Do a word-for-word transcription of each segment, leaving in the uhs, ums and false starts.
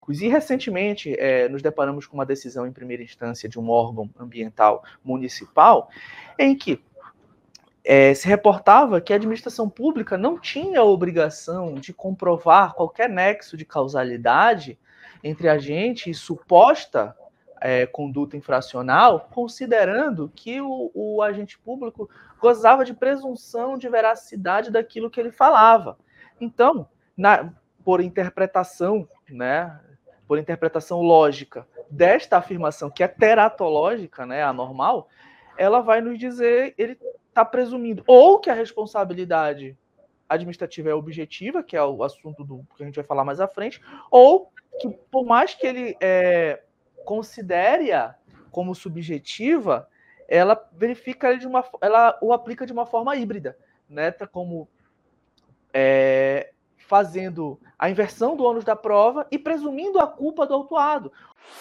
E recentemente é, nos deparamos com uma decisão em primeira instância de um órgão ambiental municipal em que é, se reportava que a administração pública não tinha a obrigação de comprovar qualquer nexo de causalidade entre agente e suposta é, conduta infracional, considerando que o, o agente público gozava de presunção de veracidade daquilo que ele falava. Então, na, por interpretação, né, por interpretação lógica desta afirmação, que é teratológica, né, anormal, ela vai nos dizer, ele está presumindo ou que a responsabilidade administrativa é objetiva, que é o assunto do que a gente vai falar mais à frente, ou que por mais que ele é, considere-a como subjetiva, ela verifica de uma, ela o aplica de uma forma híbrida, né? Tá como é, fazendo a inversão do ônus da prova e presumindo a culpa do autuado.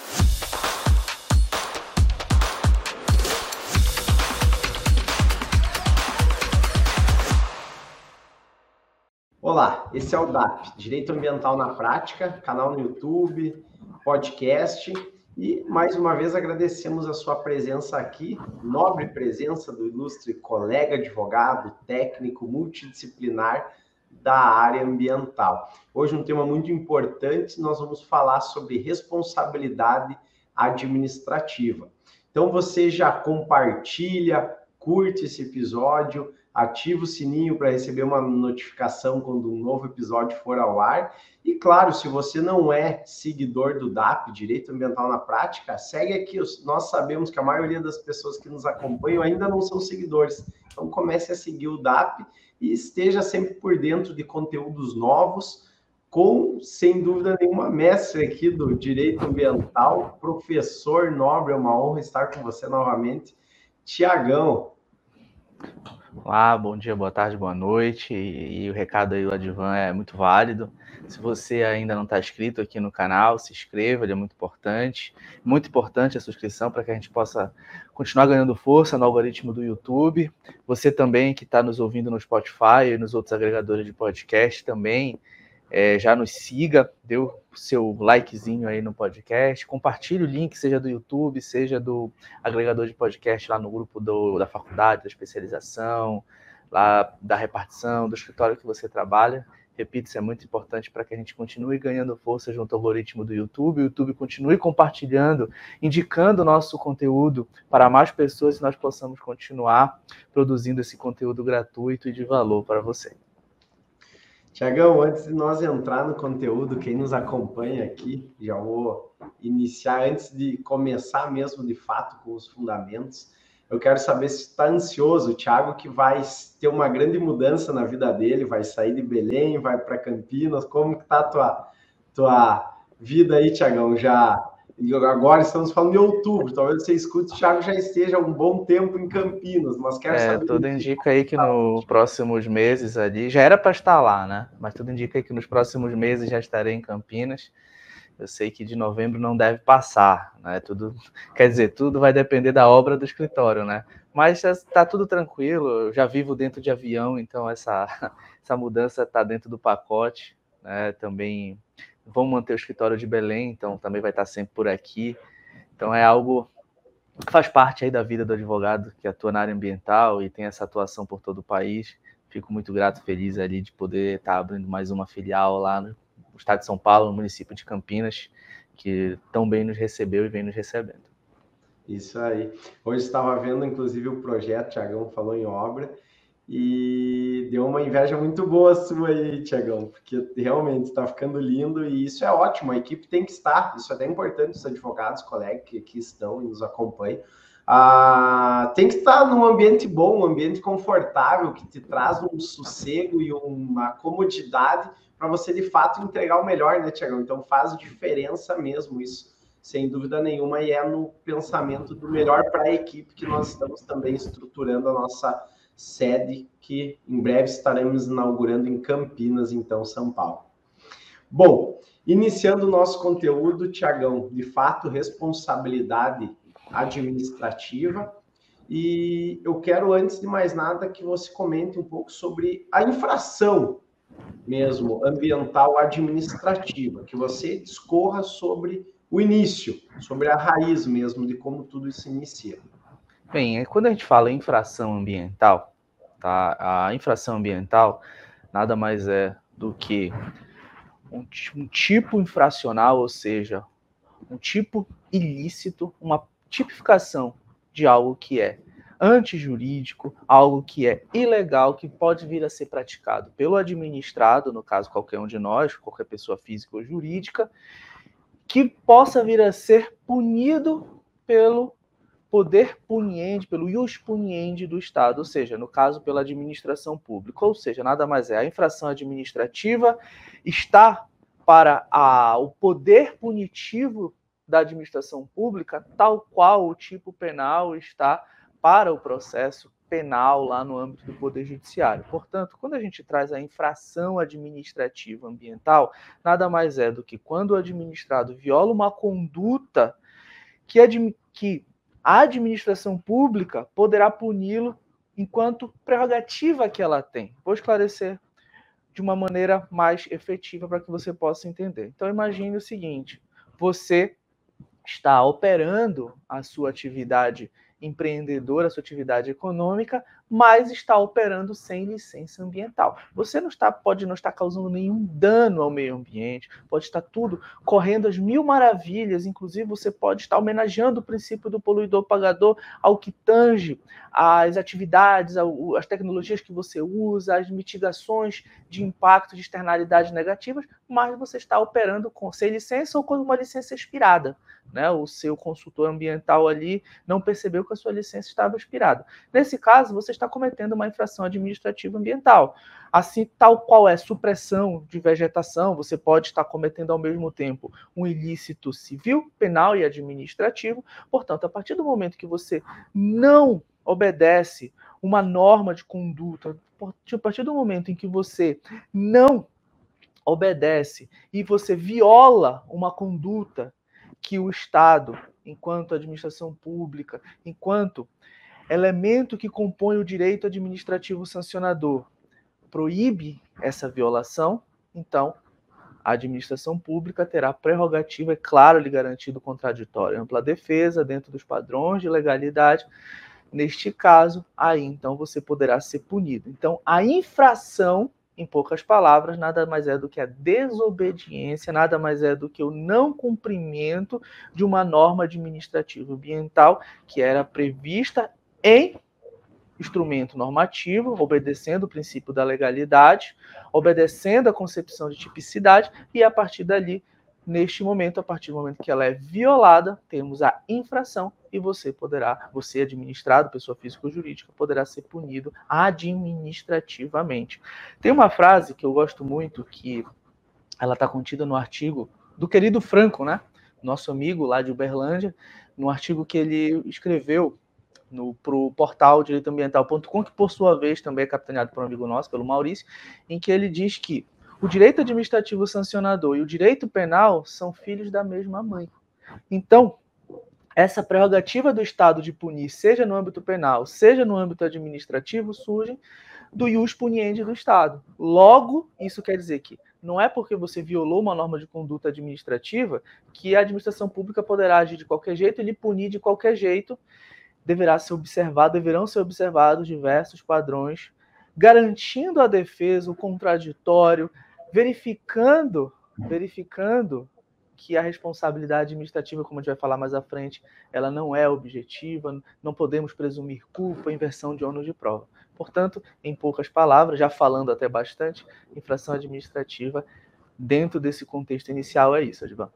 Olá, esse é o D A P, Direito Ambiental na Prática, canal no YouTube, podcast, e mais uma vez agradecemos a sua presença aqui, nobre presença do ilustre colega advogado, técnico, multidisciplinar da área ambiental. Hoje um tema muito importante, nós vamos falar sobre responsabilidade administrativa. Então você já compartilha, curte esse episódio, ativa o sininho para receber uma notificação quando um novo episódio for ao ar. E claro, se você não é seguidor do D A P, Direito Ambiental na Prática, segue aqui. Nós sabemos que a maioria das pessoas que nos acompanham ainda não são seguidores. Então comece a seguir o D A P e esteja sempre por dentro de conteúdos novos, com, sem dúvida nenhuma, mestre aqui do Direito Ambiental, professor nobre, é uma honra estar com você novamente, Tiagão. Olá, bom dia, boa tarde, boa noite, e, e o recado aí do Advan é muito válido. Se você ainda não está inscrito aqui no canal, se inscreva, ele é muito importante. Muito importante a subscrição para que a gente possa continuar ganhando força no algoritmo do YouTube. Você também que está nos ouvindo no Spotify e nos outros agregadores de podcast também, é, já nos siga, dê o seu likezinho aí no podcast, compartilhe o link, seja do YouTube, seja do agregador de podcast lá no grupo do, da faculdade, da especialização, lá da repartição, do escritório que você trabalha. Repito, isso é muito importante para que a gente continue ganhando força junto ao algoritmo do YouTube, o YouTube continue compartilhando, indicando o nosso conteúdo para mais pessoas e nós possamos continuar produzindo esse conteúdo gratuito e de valor para você. Tiagão, antes de nós entrar no conteúdo, quem nos acompanha aqui, já vou iniciar, antes de começar mesmo de fato com os fundamentos, eu quero saber se está ansioso, o Thiago, que vai ter uma grande mudança na vida dele, vai sair de Belém, vai para Campinas, como que está a tua, tua vida aí, Tiagão? Já, agora estamos falando de outubro, talvez você escute, o Thiago já esteja há um bom tempo em Campinas, mas quero é, saber... Tudo indica aí que nos próximos meses ali, já era para estar lá, né? Mas tudo indica aí que nos próximos meses já estarei em Campinas. Eu sei que de novembro não deve passar, né? Tudo, quer dizer, tudo vai depender da obra do escritório, né? Mas está tudo tranquilo, eu já vivo dentro de avião, então essa, essa mudança está dentro do pacote, né? Também vamos manter o escritório de Belém, então também vai estar sempre por aqui. Então é algo que faz parte aí da vida do advogado que atua na área ambiental e tem essa atuação por todo o país. Fico muito grato, feliz ali de poder estar abrindo mais uma filial lá no estado de São Paulo, no município de Campinas, que tão bem nos recebeu e vem nos recebendo. Isso aí. Hoje estava vendo, inclusive, o projeto, Tiagão falou em obra, e deu uma inveja muito boa sua aí, Tiagão, porque realmente está ficando lindo e isso é ótimo, a equipe tem que estar, isso é até importante, os advogados, colegas que aqui estão e nos acompanham, ah, tem que estar num ambiente bom, um ambiente confortável, que te traz um sossego e uma comodidade para você, de fato, entregar o melhor, né, Tiagão? Então faz diferença mesmo isso, sem dúvida nenhuma, e é no pensamento do melhor para a equipe que nós estamos também estruturando a nossa sede, que em breve estaremos inaugurando em Campinas, então, São Paulo. Bom, iniciando o nosso conteúdo, Tiagão, de fato, responsabilidade administrativa, e eu quero, antes de mais nada, que você comente um pouco sobre a infração mesmo ambiental administrativa, que você discorra sobre o início, sobre a raiz mesmo de como tudo isso inicia. Bem, quando a gente fala em infração ambiental, tá? A infração ambiental nada mais é do que um, um tipo infracional, ou seja, um tipo ilícito, uma tipificação de algo que é antijurídico, algo que é ilegal, que pode vir a ser praticado pelo administrado, no caso qualquer um de nós, qualquer pessoa física ou jurídica, que possa vir a ser punido pelo poder puniente, pelo ius puniendi do Estado, ou seja, no caso, pela administração pública. Ou seja, nada mais é, a infração administrativa está para a, o poder punitivo da administração pública, tal qual o tipo penal está para o processo penal lá no âmbito do Poder Judiciário. Portanto, quando a gente traz a infração administrativa ambiental, nada mais é do que quando o administrado viola uma conduta que, que a administração pública poderá puni-lo enquanto prerrogativa que ela tem. Vou esclarecer de uma maneira mais efetiva para que você possa entender. Então, imagine o seguinte: você está operando a sua atividade empreendedora, a sua atividade econômica, mas está operando sem licença ambiental. Você não está, pode não estar causando nenhum dano ao meio ambiente, pode estar tudo correndo às mil maravilhas, inclusive você pode estar homenageando o princípio do poluidor-pagador ao que tange as atividades, as tecnologias que você usa, as mitigações de impacto de externalidades negativas, mas você está operando com, sem licença ou com uma licença expirada. Né, o seu consultor ambiental ali não percebeu que a sua licença estava expirada. Nesse caso, você está cometendo uma infração administrativa ambiental. Assim, tal qual é supressão de vegetação, você pode estar cometendo ao mesmo tempo um ilícito civil, penal e administrativo. Portanto, a partir do momento que você não obedece uma norma de conduta, a partir do momento em que você não obedece e você viola uma conduta que o Estado, enquanto administração pública, enquanto elemento que compõe o direito administrativo sancionador, proíbe essa violação, então a administração pública terá prerrogativa, é claro, lhe garantido contraditório, ampla defesa dentro dos padrões de legalidade. Neste caso, aí então você poderá ser punido. Então, a infração, em poucas palavras, nada mais é do que a desobediência, nada mais é do que o não cumprimento de uma norma administrativa ambiental que era prevista em instrumento normativo, obedecendo o princípio da legalidade, obedecendo a concepção de tipicidade, e a partir dali, neste momento, a partir do momento que ela é violada, temos a infração e você poderá, você administrado, pessoa física ou jurídica, poderá ser punido administrativamente. Tem uma frase que eu gosto muito, que ela está contida no artigo do querido Franco, né? Nosso amigo lá de Uberlândia, no artigo que ele escreveu para o portal direito ambiental ponto com, que por sua vez também é capitaneado por um amigo nosso, pelo Maurício, em que ele diz que o direito administrativo sancionador e o direito penal são filhos da mesma mãe. Então, essa prerrogativa do Estado de punir, seja no âmbito penal, seja no âmbito administrativo, surge do ius puniendi do Estado. Logo, isso quer dizer que não é porque você violou uma norma de conduta administrativa que a administração pública poderá agir de qualquer jeito e lhe punir de qualquer jeito. Deverá ser observado, deverão ser observados diversos padrões, garantindo a defesa, o contraditório, verificando, verificando que a responsabilidade administrativa, como a gente vai falar mais à frente, ela não é objetiva, não podemos presumir culpa, inversão de ônus de prova. Portanto, em poucas palavras, já falando até bastante, infração administrativa, dentro desse contexto inicial, é isso, Advan.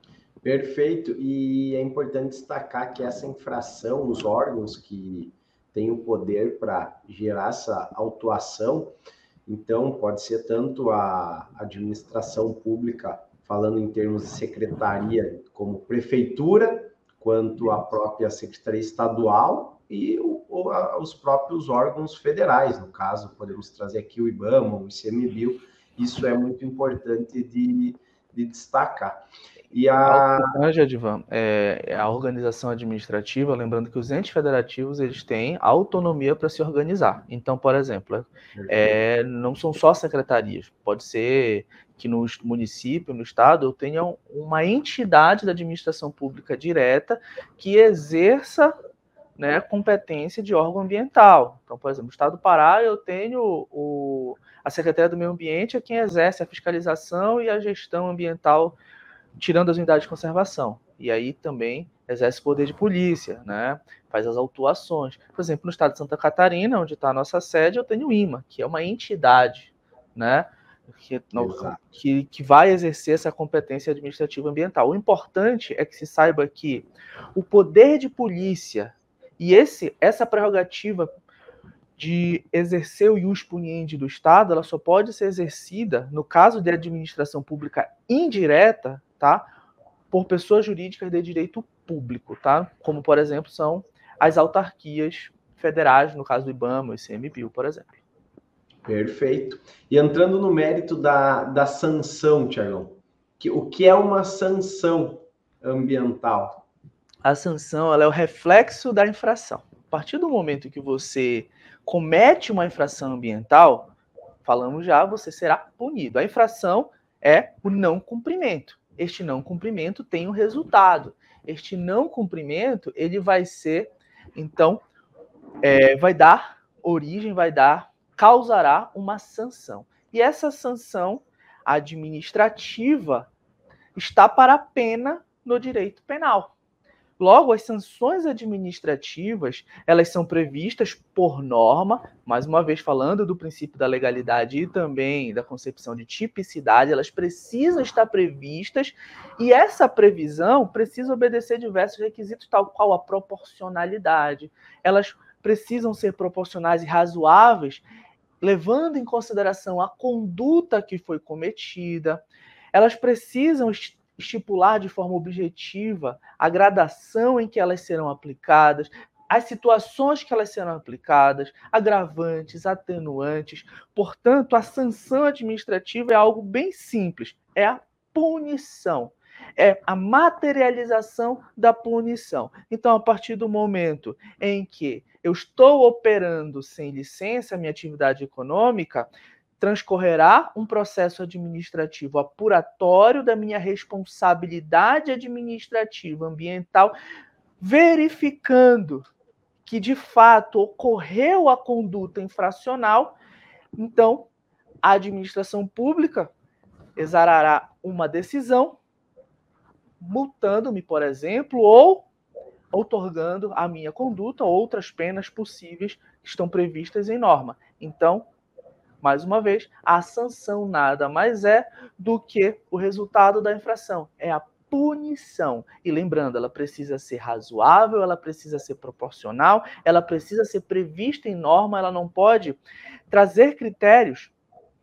Perfeito, e é importante destacar que essa infração, os órgãos que têm o poder para gerar essa autuação, então pode ser tanto a administração pública, falando em termos de secretaria, como prefeitura, quanto a própria secretaria estadual e o, a, os próprios órgãos federais, no caso, podemos trazer aqui o IBAMA, o ICMBio, isso é muito importante de, de destacar. E a... Edivan, é, a organização administrativa, lembrando que os entes federativos eles têm autonomia para se organizar. Então, por exemplo, é, não são só secretarias, pode ser que no município, no estado, eu tenha uma entidade da administração pública direta que exerça, né, competência de órgão ambiental. Então, por exemplo, no estado do Pará, eu tenho o, a Secretaria do Meio Ambiente, é quem exerce a fiscalização e a gestão ambiental, tirando as unidades de conservação. E aí também exerce poder de polícia, né? Faz as autuações. Por exemplo, no estado de Santa Catarina, onde está a nossa sede, eu tenho o I M A, que é uma entidade, né? Que, que, que vai exercer essa competência administrativa ambiental. O importante é que se saiba que o poder de polícia e esse, essa prerrogativa de exercer o ius puniendi do Estado, ela só pode ser exercida, no caso de administração pública indireta, tá? Por pessoas jurídicas de direito público, tá? Como, por exemplo, são as autarquias federais, no caso do IBAMA, o ICMBio, por exemplo. Perfeito. E entrando no mérito da, da sanção, Tiagão, que, o que é uma sanção ambiental? A sanção ela é o reflexo da infração. A partir do momento que você comete uma infração ambiental, falamos já, você será punido. A infração é o não cumprimento. Este não cumprimento tem um resultado. Este não cumprimento, ele vai ser, então, é, vai dar origem, vai dar, causará uma sanção. E essa sanção administrativa está para a pena no direito penal. Logo, as sanções administrativas, elas são previstas por norma, mais uma vez falando do princípio da legalidade e também da concepção de tipicidade, elas precisam estar previstas e essa previsão precisa obedecer diversos requisitos, tal qual a proporcionalidade. Elas precisam ser proporcionais e razoáveis, levando em consideração a conduta que foi cometida. Elas precisam estipular de forma objetiva a gradação em que elas serão aplicadas, as situações que elas serão aplicadas, agravantes, atenuantes. Portanto, a sanção administrativa é algo bem simples, é a punição, é a materialização da punição. Então, a partir do momento em que eu estou operando sem licença a minha atividade econômica, transcorrerá um processo administrativo apuratório da minha responsabilidade administrativa ambiental, verificando que, de fato, ocorreu a conduta infracional. Então, a administração pública exarará uma decisão, multando-me, por exemplo, ou outorgando à minha conduta outras penas possíveis que estão previstas em norma. Então, mais uma vez, a sanção nada mais é do que o resultado da infração. É a punição. E lembrando, ela precisa ser razoável, ela precisa ser proporcional, ela precisa ser prevista em norma, ela não pode trazer critérios,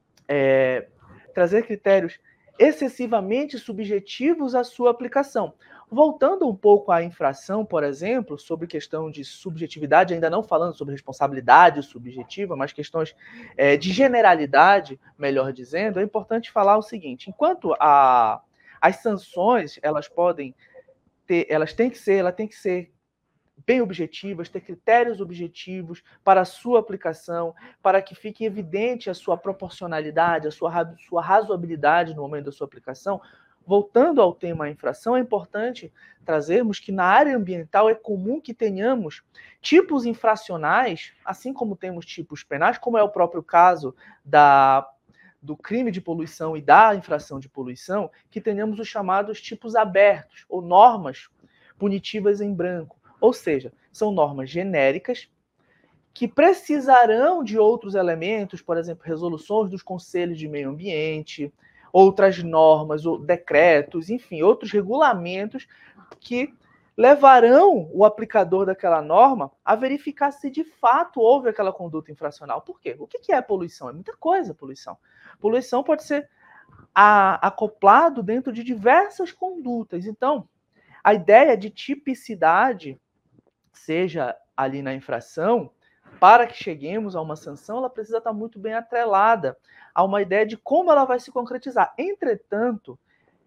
é, trazer critérios excessivamente subjetivos à sua aplicação. Voltando um pouco à infração, por exemplo, sobre questão de subjetividade, ainda não falando sobre responsabilidade subjetiva, mas questões é, de generalidade, melhor dizendo, é importante falar o seguinte: enquanto a, as sanções elas podem ter, elas têm que ser, ela tem que ser bem objetivas, ter critérios objetivos para a sua aplicação, para que fique evidente a sua proporcionalidade, a sua, sua razoabilidade no momento da sua aplicação. Voltando ao tema infração, é importante trazermos que na área ambiental é comum que tenhamos tipos infracionais, assim como temos tipos penais, como é o próprio caso da, do crime de poluição e da infração de poluição, que tenhamos os chamados tipos abertos, ou normas punitivas em branco. Ou seja, são normas genéricas que precisarão de outros elementos, por exemplo, resoluções dos conselhos de meio ambiente, outras normas, ou decretos, enfim, outros regulamentos que levarão o aplicador daquela norma a verificar se de fato houve aquela conduta infracional. Por quê? O que é poluição? É muita coisa, poluição. Poluição pode ser a, acoplado dentro de diversas condutas. Então, a ideia de tipicidade, seja ali na infração, para que cheguemos a uma sanção, ela precisa estar muito bem atrelada a uma ideia de como ela vai se concretizar. Entretanto,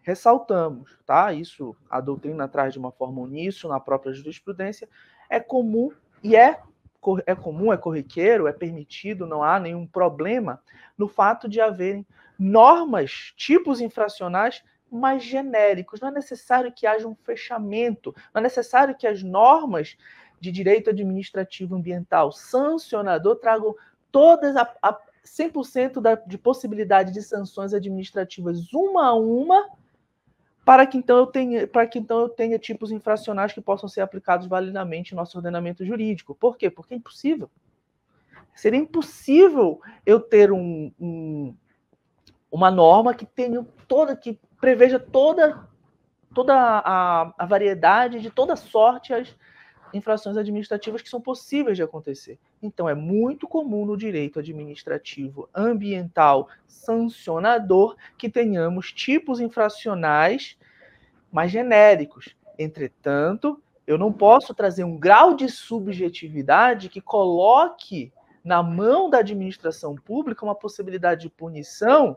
ressaltamos, tá? Isso a doutrina traz de uma forma uníssona, na própria jurisprudência, é comum e é, é comum, é corriqueiro, é permitido, não há nenhum problema no fato de haverem normas, tipos infracionais mais genéricos. Não é necessário que haja um fechamento, não é necessário que as normas de direito administrativo ambiental sancionador tragam todas a, a cem por cento da, de possibilidade de sanções administrativas uma a uma, para que então eu tenha, para que então eu tenha tipos infracionais que possam ser aplicados validamente em nosso ordenamento jurídico. Por quê? Porque é impossível. Seria impossível eu ter um, um, uma norma que tenha toda, que preveja toda, toda a, a variedade de toda sorte as infrações administrativas que são possíveis de acontecer. Então, é muito comum no direito administrativo ambiental sancionador que tenhamos tipos infracionais mais genéricos. Entretanto, eu não posso trazer um grau de subjetividade que coloque na mão da administração pública uma possibilidade de punição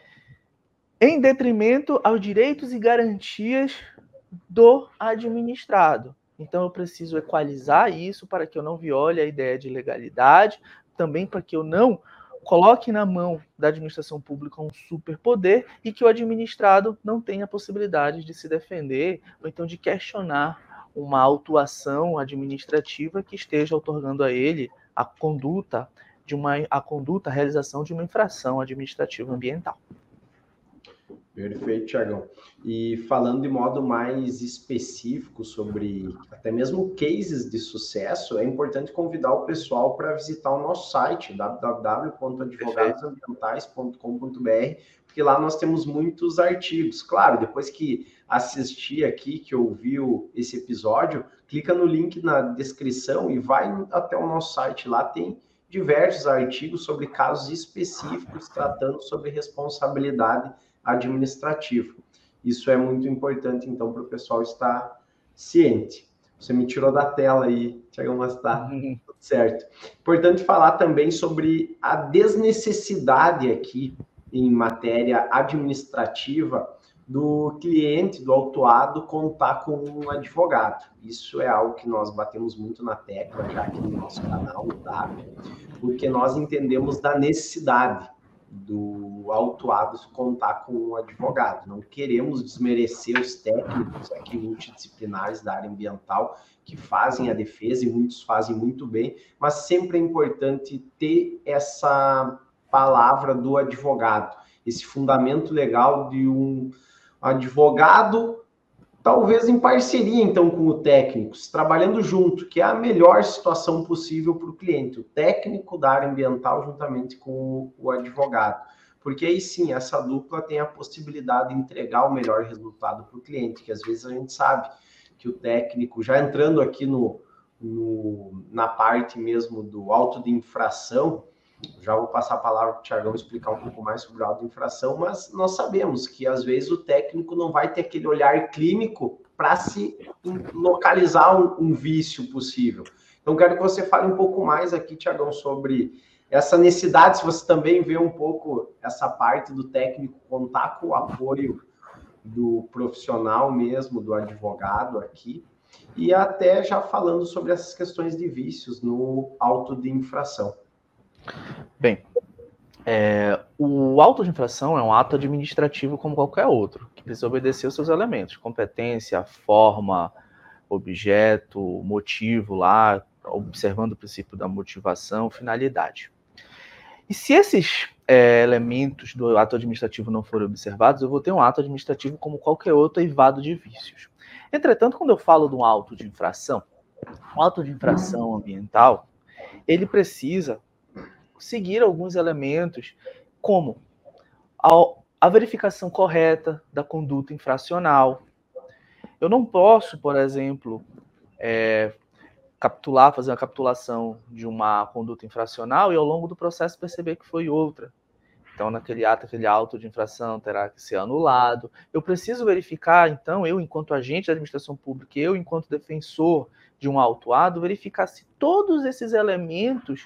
em detrimento aos direitos e garantias do administrado. Então, eu preciso equalizar isso para que eu não viole a ideia de legalidade, também para que eu não coloque na mão da administração pública um superpoder e que o administrado não tenha a possibilidade de se defender ou então de questionar uma autuação administrativa que esteja otorgando a ele a conduta de uma a conduta, a realização de uma infração administrativa ambiental. Perfeito, Thiagão. E falando de modo mais específico sobre até mesmo cases de sucesso, é importante convidar o pessoal para visitar o nosso site, w w w ponto advogados ambientais ponto com ponto b r, porque lá nós temos muitos artigos. Claro, depois que assistir aqui, que ouviu esse episódio, clica no link na descrição e vai até o nosso site. Lá tem diversos artigos sobre casos específicos tratando sobre responsabilidade administrativo. Isso é muito importante, então, para o pessoal estar ciente. Você me tirou da tela aí, Thiagão, mas tá tudo certo. Importante falar também sobre a desnecessidade aqui em matéria administrativa do cliente, do autuado, contar com um advogado. Isso é algo que nós batemos muito na tecla já aqui no nosso canal, tá? Porque nós entendemos da necessidade do autuado contar com um advogado. Não queremos desmerecer os técnicos aqui multidisciplinares da área ambiental que fazem a defesa e muitos fazem muito bem, mas sempre é importante ter essa palavra do advogado, esse fundamento legal de um advogado, talvez em parceria, então, com o técnico, trabalhando junto, que é a melhor situação possível para o cliente, o técnico da área ambiental juntamente com o advogado. Porque aí sim, essa dupla tem a possibilidade de entregar o melhor resultado para o cliente, que às vezes a gente sabe que o técnico, já entrando aqui no, no, na parte mesmo do auto de infração, já vou passar a palavra para o Thiagão explicar um pouco mais sobre o auto de infração, mas nós sabemos que às vezes o técnico não vai ter aquele olhar clínico para se localizar um, um vício possível. Então, quero que você fale um pouco mais aqui, Thiagão, sobre essa necessidade, se você também vê um pouco essa parte do técnico contar com o apoio do profissional mesmo, do advogado aqui, e até já falando sobre essas questões de vícios no auto de infração. Bem, é, o auto de infração é um ato administrativo como qualquer outro, que precisa obedecer os seus elementos, competência, forma, objeto, motivo lá, observando o princípio da motivação, finalidade. E se esses é, elementos do ato administrativo não forem observados, eu vou ter um ato administrativo como qualquer outro eivado de vícios. Entretanto, quando eu falo de um auto de infração, um auto de infração ambiental, ele precisa seguir alguns elementos, como a, a verificação correta da conduta infracional. Eu não posso, por exemplo, é, capitular, fazer uma capitulação de uma conduta infracional e ao longo do processo perceber que foi outra. Então, naquele ato, aquele auto de infração terá que ser anulado. Eu preciso verificar, então, eu, enquanto agente da administração pública, eu, enquanto defensor de um autuado, verificar se todos esses elementos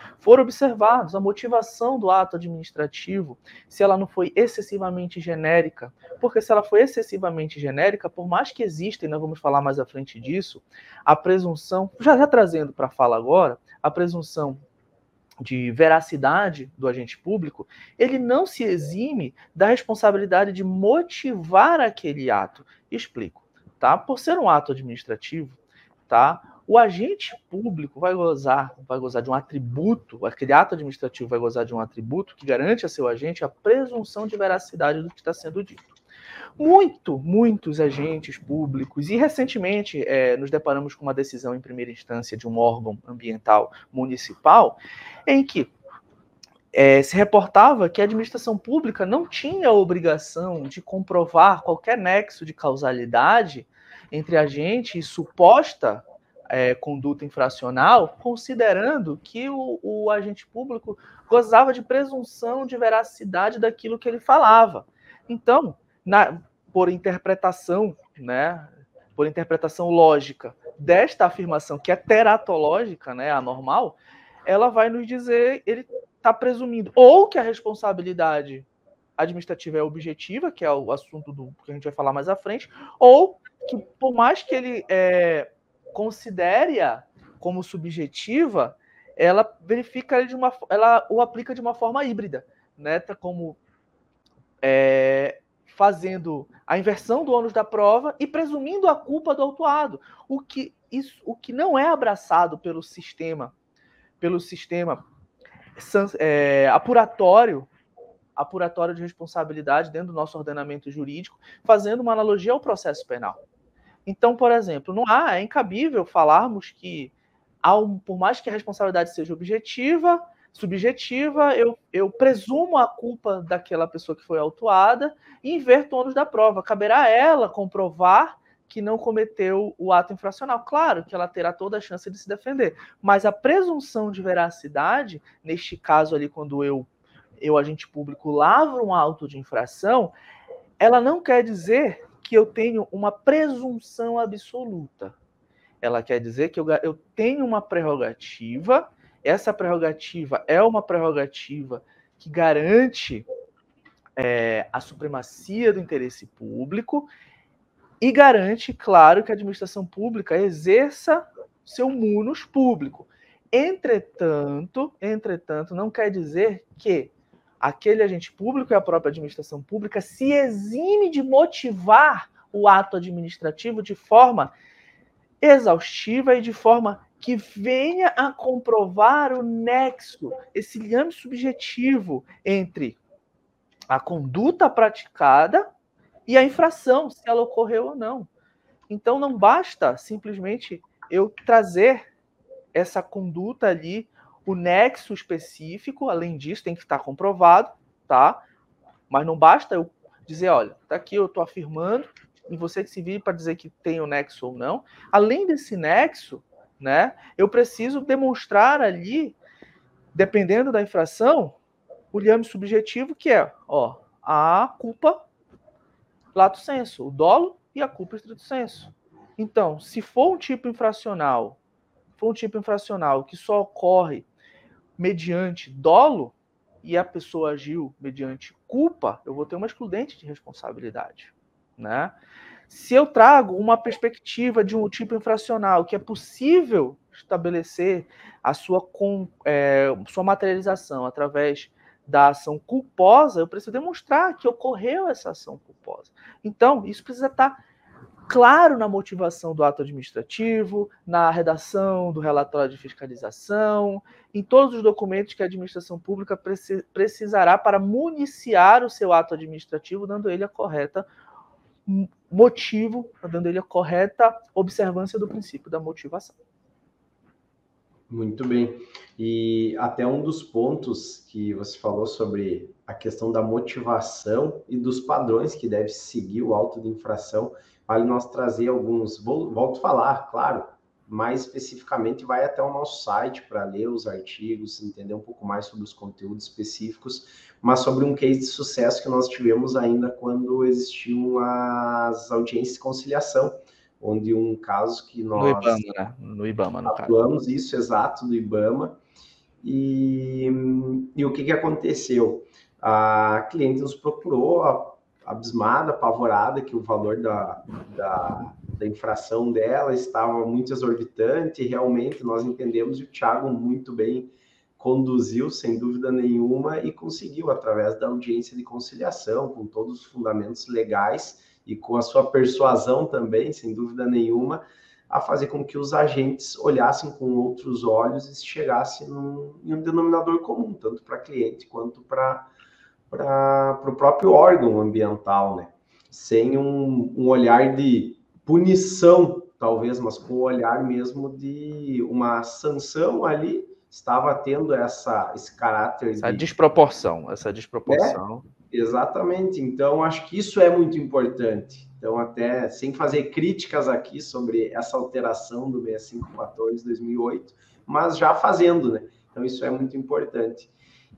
for observados a motivação do ato administrativo, se ela não foi excessivamente genérica, porque se ela foi excessivamente genérica, por mais que exista, e nós vamos falar mais à frente disso, a presunção, já, já trazendo para a fala agora, a presunção de veracidade do agente público, ele não se exime da responsabilidade de motivar aquele ato. Explico, tá? Por ser um ato administrativo, tá? O agente público vai gozar, vai gozar de um atributo, aquele ato administrativo vai gozar de um atributo que garante a seu agente a presunção de veracidade do que está sendo dito. Muito, muitos agentes públicos, e recentemente é, nos deparamos com uma decisão em primeira instância de um órgão ambiental municipal, em que é, se reportava que a administração pública não tinha a obrigação de comprovar qualquer nexo de causalidade entre agente e suposta é, conduta infracional, considerando que o, o agente público gozava de presunção de veracidade daquilo que ele falava. Então, Na, por interpretação, né, por interpretação lógica desta afirmação, que é teratológica, né, anormal, ela vai nos dizer, ele está presumindo ou que a responsabilidade administrativa é objetiva, que é o assunto do que a gente vai falar mais à frente, ou que por mais que ele é, considere-a como subjetiva, ela verifica de uma, ela o aplica de uma forma híbrida, né, como é, fazendo a inversão do ônus da prova e presumindo a culpa do autuado, o que, isso, o que não é abraçado pelo sistema, pelo sistema é, apuratório, apuratório de responsabilidade dentro do nosso ordenamento jurídico, fazendo uma analogia ao processo penal. Então, por exemplo, não há, é incabível falarmos que, ao, por mais que a responsabilidade seja objetiva, subjetiva, eu, eu presumo a culpa daquela pessoa que foi autuada e inverto o ônus da prova. Caberá a ela comprovar que não cometeu o ato infracional. Claro que ela terá toda a chance de se defender, mas a presunção de veracidade, neste caso ali, quando eu, eu agente público, lavro um auto de infração, ela não quer dizer que eu tenho uma presunção absoluta. Ela quer dizer que eu, eu tenho uma prerrogativa. Essa prerrogativa é uma prerrogativa que garante é, a supremacia do interesse público e garante, claro, que a administração pública exerça seu munus público. Entretanto, entretanto, não quer dizer que aquele agente público e a própria administração pública se exime de motivar o ato administrativo de forma exaustiva e de forma que venha a comprovar o nexo, esse liame subjetivo entre a conduta praticada e a infração, se ela ocorreu ou não. Então, não basta simplesmente eu trazer essa conduta ali, o nexo específico, além disso, tem que estar comprovado, tá? Mas não basta eu dizer, olha, tá aqui, eu estou afirmando, e você que se vire para dizer que tem o nexo ou não. Além desse nexo, né, eu preciso demonstrar ali, dependendo da infração, o liame subjetivo, que é ó, a culpa lato sensu, o dolo e a culpa estrito sensu. Então, se for um tipo infracional, for um tipo infracional que só ocorre mediante dolo e a pessoa agiu mediante culpa, eu vou ter uma excludente de responsabilidade, né? Se eu trago uma perspectiva de um tipo infracional que é possível estabelecer a sua, com, é, sua materialização através da ação culposa, eu preciso demonstrar que ocorreu essa ação culposa. Então, isso precisa estar claro na motivação do ato administrativo, na redação do relatório de fiscalização, em todos os documentos que a administração pública precisará para municiar o seu ato administrativo, dando ele a correta motivo, dando ele a correta observância do princípio da motivação. Muito bem. E até um dos pontos que você falou sobre a questão da motivação e dos padrões que deve seguir o auto de infração, vale nós trazer alguns, vou, volto a falar, claro, mais especificamente vai até o nosso site para ler os artigos, entender um pouco mais sobre os conteúdos específicos, mas sobre um case de sucesso que nós tivemos ainda quando existiam as audiências de conciliação, onde um caso que nós... No IBAMA, né? No IBAMA, no atuamos, caso. Isso, exato, do IBAMA, E, e o que, que aconteceu? A cliente nos procurou, abismada, apavorada, que o valor da, da, da infração dela estava muito exorbitante, e realmente nós entendemos, e o Thiago muito bem conduziu, sem dúvida nenhuma, e conseguiu, através da audiência de conciliação, com todos os fundamentos legais, e com a sua persuasão também, sem dúvida nenhuma, a fazer com que os agentes olhassem com outros olhos e chegassem num, em um denominador comum, tanto para cliente quanto para para o próprio órgão ambiental, né? Sem um, um olhar de punição, talvez, mas com o olhar mesmo de uma sanção ali, estava tendo essa, esse caráter essa de... desproporção, essa desproporção. É, exatamente. Então, acho que isso é muito importante. Então, até sem fazer críticas aqui sobre essa alteração do sessenta e cinco quatorze de dois mil e oito, mas já fazendo, né? Então, isso é muito importante.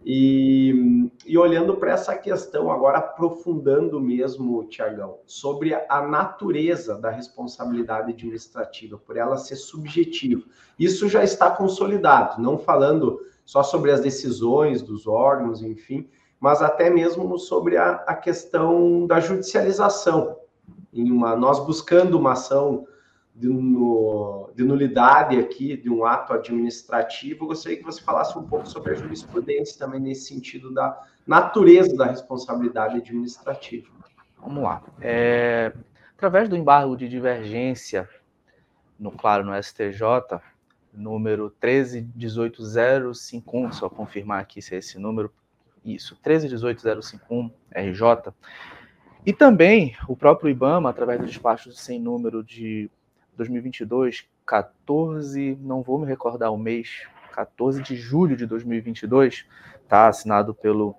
E, e olhando para essa questão, agora aprofundando mesmo, Tiagão, sobre a natureza da responsabilidade administrativa, por ela ser subjetiva. Isso já está consolidado, não falando só sobre as decisões dos órgãos, enfim, mas até mesmo sobre a, a questão da judicialização. Em uma, nós buscando uma ação de, no, de nulidade aqui, de um ato administrativo, eu gostaria que você falasse um pouco sobre a jurisprudência também nesse sentido da natureza da responsabilidade administrativa. Vamos lá. É, através do embargo de divergência, no, claro, no S T J, número treze dezoito zero cinco um, só confirmar aqui se é esse número, isso, treze dezoito zero cinco um, R J, e também o próprio IBAMA, através do despacho sem número de dois mil e vinte e dois, quatorze, não vou me recordar o mês, quatorze de julho de dois mil e vinte e dois, tá, assinado pelo,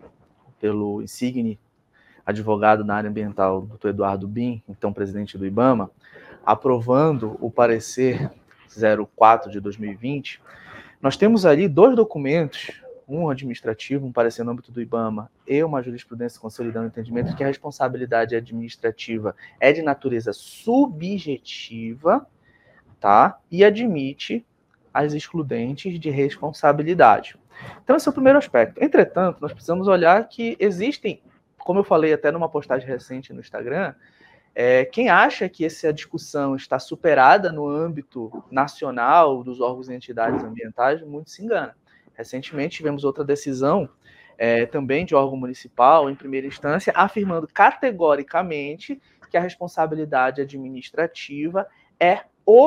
pelo insigne advogado na área ambiental, doutor Eduardo Bin, então presidente do IBAMA, aprovando o parecer zero quatro de dois mil e vinte, nós temos ali dois documentos, um administrativo, um parecer no âmbito do IBAMA, e uma jurisprudência consolidando o entendimento que a responsabilidade administrativa é de natureza subjetiva, tá? E admite as excludentes de responsabilidade. Então, esse é o primeiro aspecto. Entretanto, nós precisamos olhar que existem, como eu falei até numa postagem recente no Instagram, é, quem acha que essa discussão está superada no âmbito nacional dos órgãos e entidades ambientais, muito se engana. Recentemente tivemos outra decisão, é, também de órgão municipal, em primeira instância, afirmando categoricamente que a responsabilidade administrativa é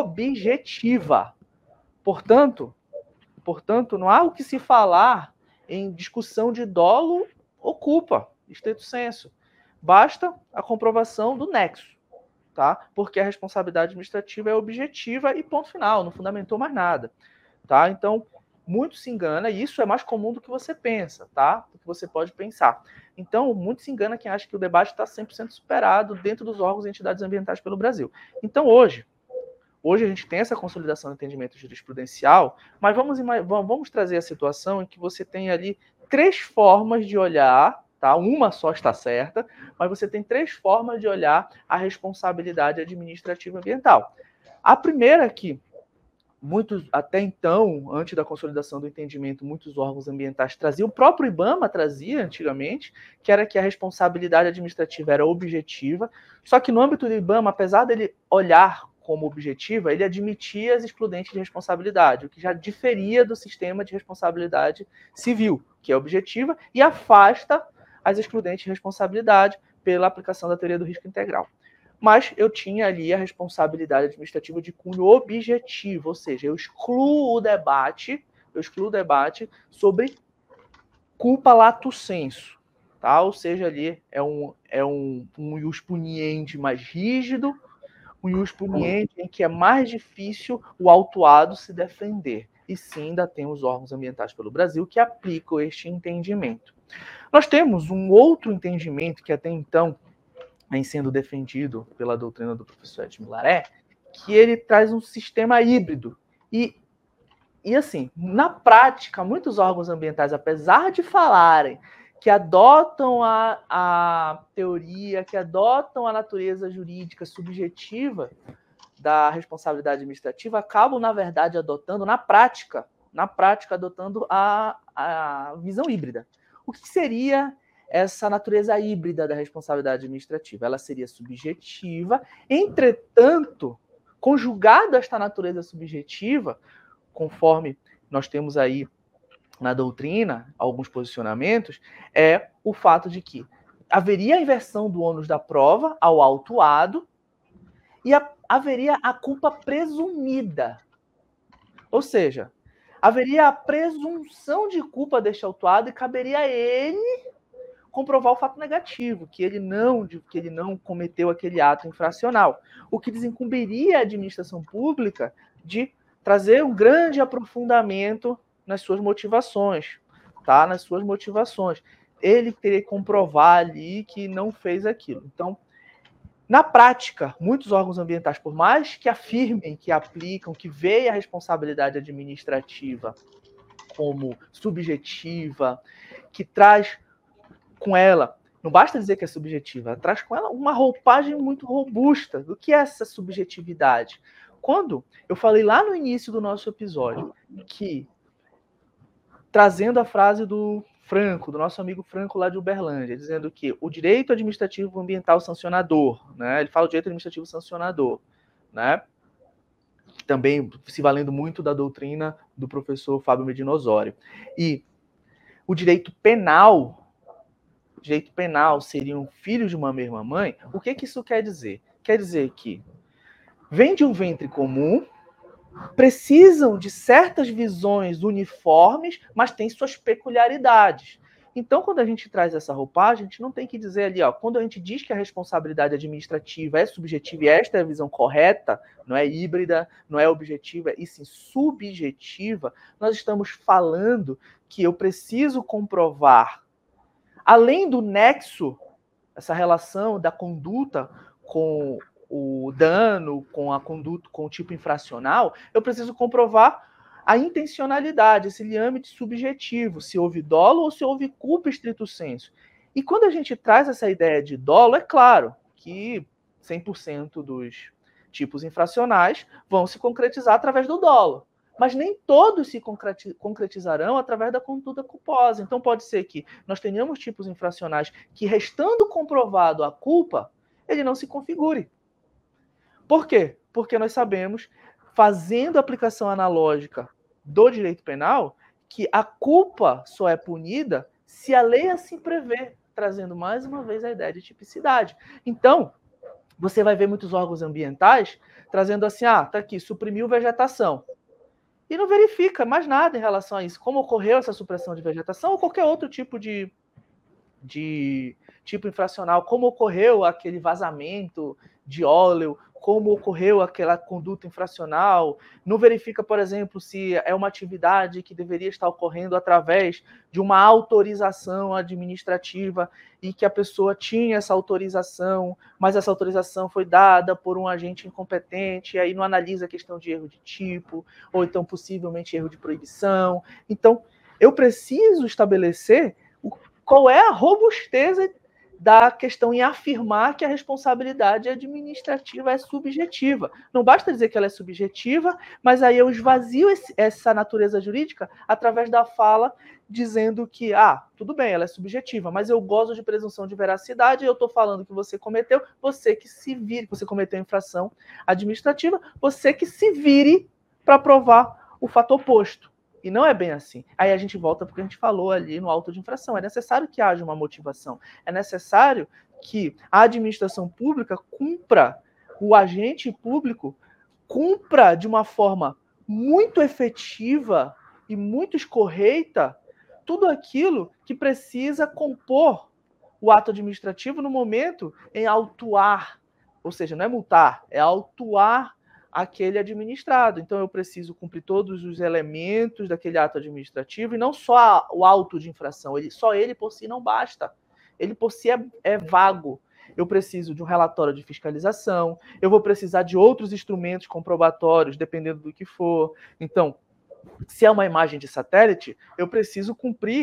objetiva. Portanto, portanto, não há o que se falar em discussão de dolo ou culpa, estrito sensu. Basta a comprovação do nexo, tá? Porque a responsabilidade administrativa é objetiva e ponto final, não fundamentou mais nada, tá? Então, muito se engana, e isso é mais comum do que você pensa, tá? Do que você pode pensar. Então, muito se engana quem acha que o debate está cem por cento superado dentro dos órgãos e entidades ambientais pelo Brasil. Então, hoje, hoje a gente tem essa consolidação do entendimento jurisprudencial, mas vamos, vamos trazer a situação em que você tem ali três formas de olhar, tá? Uma só está certa, mas você tem três formas de olhar a responsabilidade administrativa ambiental. A primeira aqui, muitos, até então, antes da consolidação do entendimento, muitos órgãos ambientais traziam, o próprio IBAMA trazia antigamente, que era que a responsabilidade administrativa era objetiva, só que no âmbito do IBAMA, apesar dele olhar como objetiva, ele admitia as excludentes de responsabilidade, o que já diferia do sistema de responsabilidade civil, que é objetiva, e afasta as excludentes de responsabilidade pela aplicação da teoria do risco integral. Mas eu tinha ali a responsabilidade administrativa de cunho objetivo, ou seja, eu excluo o debate, eu excluo o debate sobre culpa lato sensu, tá? Ou seja, ali é um, é um, um ius puniendi mais rígido, um ius puniendi em que é mais difícil o autuado se defender. E sim, ainda tem os órgãos ambientais pelo Brasil que aplicam este entendimento. Nós temos um outro entendimento que até então vem sendo defendido pela doutrina do professor Ed Milaré, que ele traz um sistema híbrido. E, e assim, na prática, muitos órgãos ambientais, apesar de falarem que adotam a, a teoria, que adotam a natureza jurídica subjetiva da responsabilidade administrativa, acabam, na verdade, adotando, na prática, na prática, adotando a, a visão híbrida. O que seria essa natureza híbrida da responsabilidade administrativa? Ela seria subjetiva, entretanto, conjugado a esta natureza subjetiva, conforme nós temos aí na doutrina alguns posicionamentos, é o fato de que haveria a inversão do ônus da prova ao autuado e a, haveria a culpa presumida. Ou seja, haveria a presunção de culpa deste autuado e caberia a ele comprovar o fato negativo, que ele não, que ele não cometeu aquele ato infracional, o que desincumbiria a administração pública de trazer um grande aprofundamento nas suas motivações, tá? Nas suas motivações. Ele teria que comprovar ali que não fez aquilo. Então, na prática, muitos órgãos ambientais, por mais que afirmem, que aplicam, que veem a responsabilidade administrativa como subjetiva, que traz com ela, não basta dizer que é subjetiva, ela traz com ela uma roupagem muito robusta. Do que é essa subjetividade? Quando eu falei lá no início do nosso episódio que, trazendo a frase do Franco, do nosso amigo Franco lá de Uberlândia, dizendo que o direito administrativo ambiental sancionador, né, ele fala o direito administrativo sancionador, né, também se valendo muito da doutrina do professor Fábio Medina Osório. E o direito penal, direito penal seriam filhos de uma mesma mãe, o que, que isso quer dizer? Quer dizer que vem de um ventre comum, precisam de certas visões uniformes, mas têm suas peculiaridades. Então, quando a gente traz essa roupagem, a gente não tem que dizer ali, ó, quando a gente diz que a responsabilidade administrativa é subjetiva e esta é a visão correta, não é híbrida, não é objetiva, e sim subjetiva, nós estamos falando que eu preciso comprovar, além do nexo, essa relação da conduta com o dano, com a conduta, com o tipo infracional, eu preciso comprovar a intencionalidade, esse liame subjetivo, se houve dolo ou se houve culpa estrito sensu. E quando a gente traz essa ideia de dolo, é claro que cem por cento dos tipos infracionais vão se concretizar através do dolo. Mas nem todos se concretizarão através da conduta culposa. Então pode ser que nós tenhamos tipos infracionais que, restando comprovado a culpa, ele não se configure. Por quê? Porque nós sabemos, fazendo a aplicação analógica do direito penal, que a culpa só é punida se a lei assim prevê, trazendo mais uma vez a ideia de tipicidade. Então, você vai ver muitos órgãos ambientais trazendo assim, ah, tá aqui, suprimiu vegetação. E não verifica mais nada em relação a isso. Como ocorreu essa supressão de vegetação ou qualquer outro tipo de, de tipo infracional. Como ocorreu aquele vazamento de óleo. Como ocorreu aquela conduta infracional. Não verifica, por exemplo, se é uma atividade que deveria estar ocorrendo através de uma autorização administrativa e que a pessoa tinha essa autorização, mas essa autorização foi dada por um agente incompetente, e aí não analisa a questão de erro de tipo, ou então possivelmente erro de proibição. Então, eu preciso estabelecer qual é a robustez da questão em afirmar que a responsabilidade administrativa é subjetiva. Não basta dizer que ela é subjetiva, mas aí eu esvazio esse, essa natureza jurídica através da fala dizendo que, ah, tudo bem, ela é subjetiva, mas eu gozo de presunção de veracidade, eu estou falando que você cometeu, você que se vire, você cometeu infração administrativa, você que se vire para provar o fato oposto. E não é bem assim. Aí a gente volta porque a gente falou ali no auto de infração. É necessário que haja uma motivação. É necessário que a administração pública cumpra, o agente público cumpra de uma forma muito efetiva e muito escorreita tudo aquilo que precisa compor o ato administrativo no momento em autuar, ou seja, não é multar, é autuar aquele administrado. Então eu preciso cumprir todos os elementos daquele ato administrativo e não só o auto de infração, ele, só ele por si não basta. Ele por si é, é vago. Eu preciso de um relatório de fiscalização, eu vou precisar de outros instrumentos comprobatórios, dependendo do que for. Então, se é uma imagem de satélite, eu preciso cumprir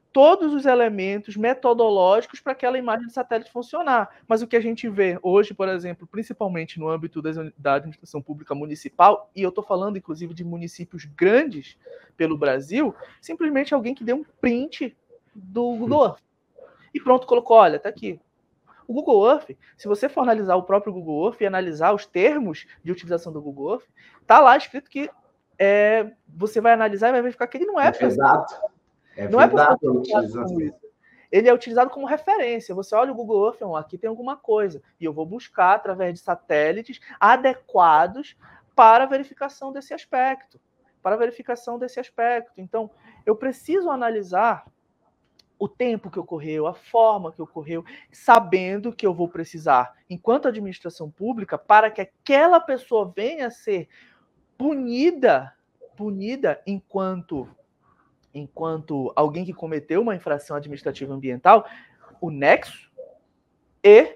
todos os elementos metodológicos para aquela imagem de satélite funcionar. Mas o que a gente vê hoje, por exemplo, principalmente no âmbito da administração pública municipal, e eu estou falando inclusive de municípios grandes pelo Brasil, simplesmente alguém que deu um print do Google Earth e pronto, colocou, olha, está aqui. O Google Earth, se você for analisar o próprio Google Earth e analisar os termos de utilização do Google Earth, está lá escrito que é, você vai analisar e vai verificar que ele não é... É exato. É não é para utilização. Ele é utilizado como referência. Você olha o Google Earth, aqui tem alguma coisa, e eu vou buscar através de satélites adequados para a verificação desse aspecto. Para a verificação desse aspecto. Então, eu preciso analisar o tempo que ocorreu, a forma que ocorreu, sabendo que eu vou precisar, enquanto administração pública, para que aquela pessoa venha a ser punida, punida enquanto, enquanto alguém que cometeu uma infração administrativa ambiental, o nexo e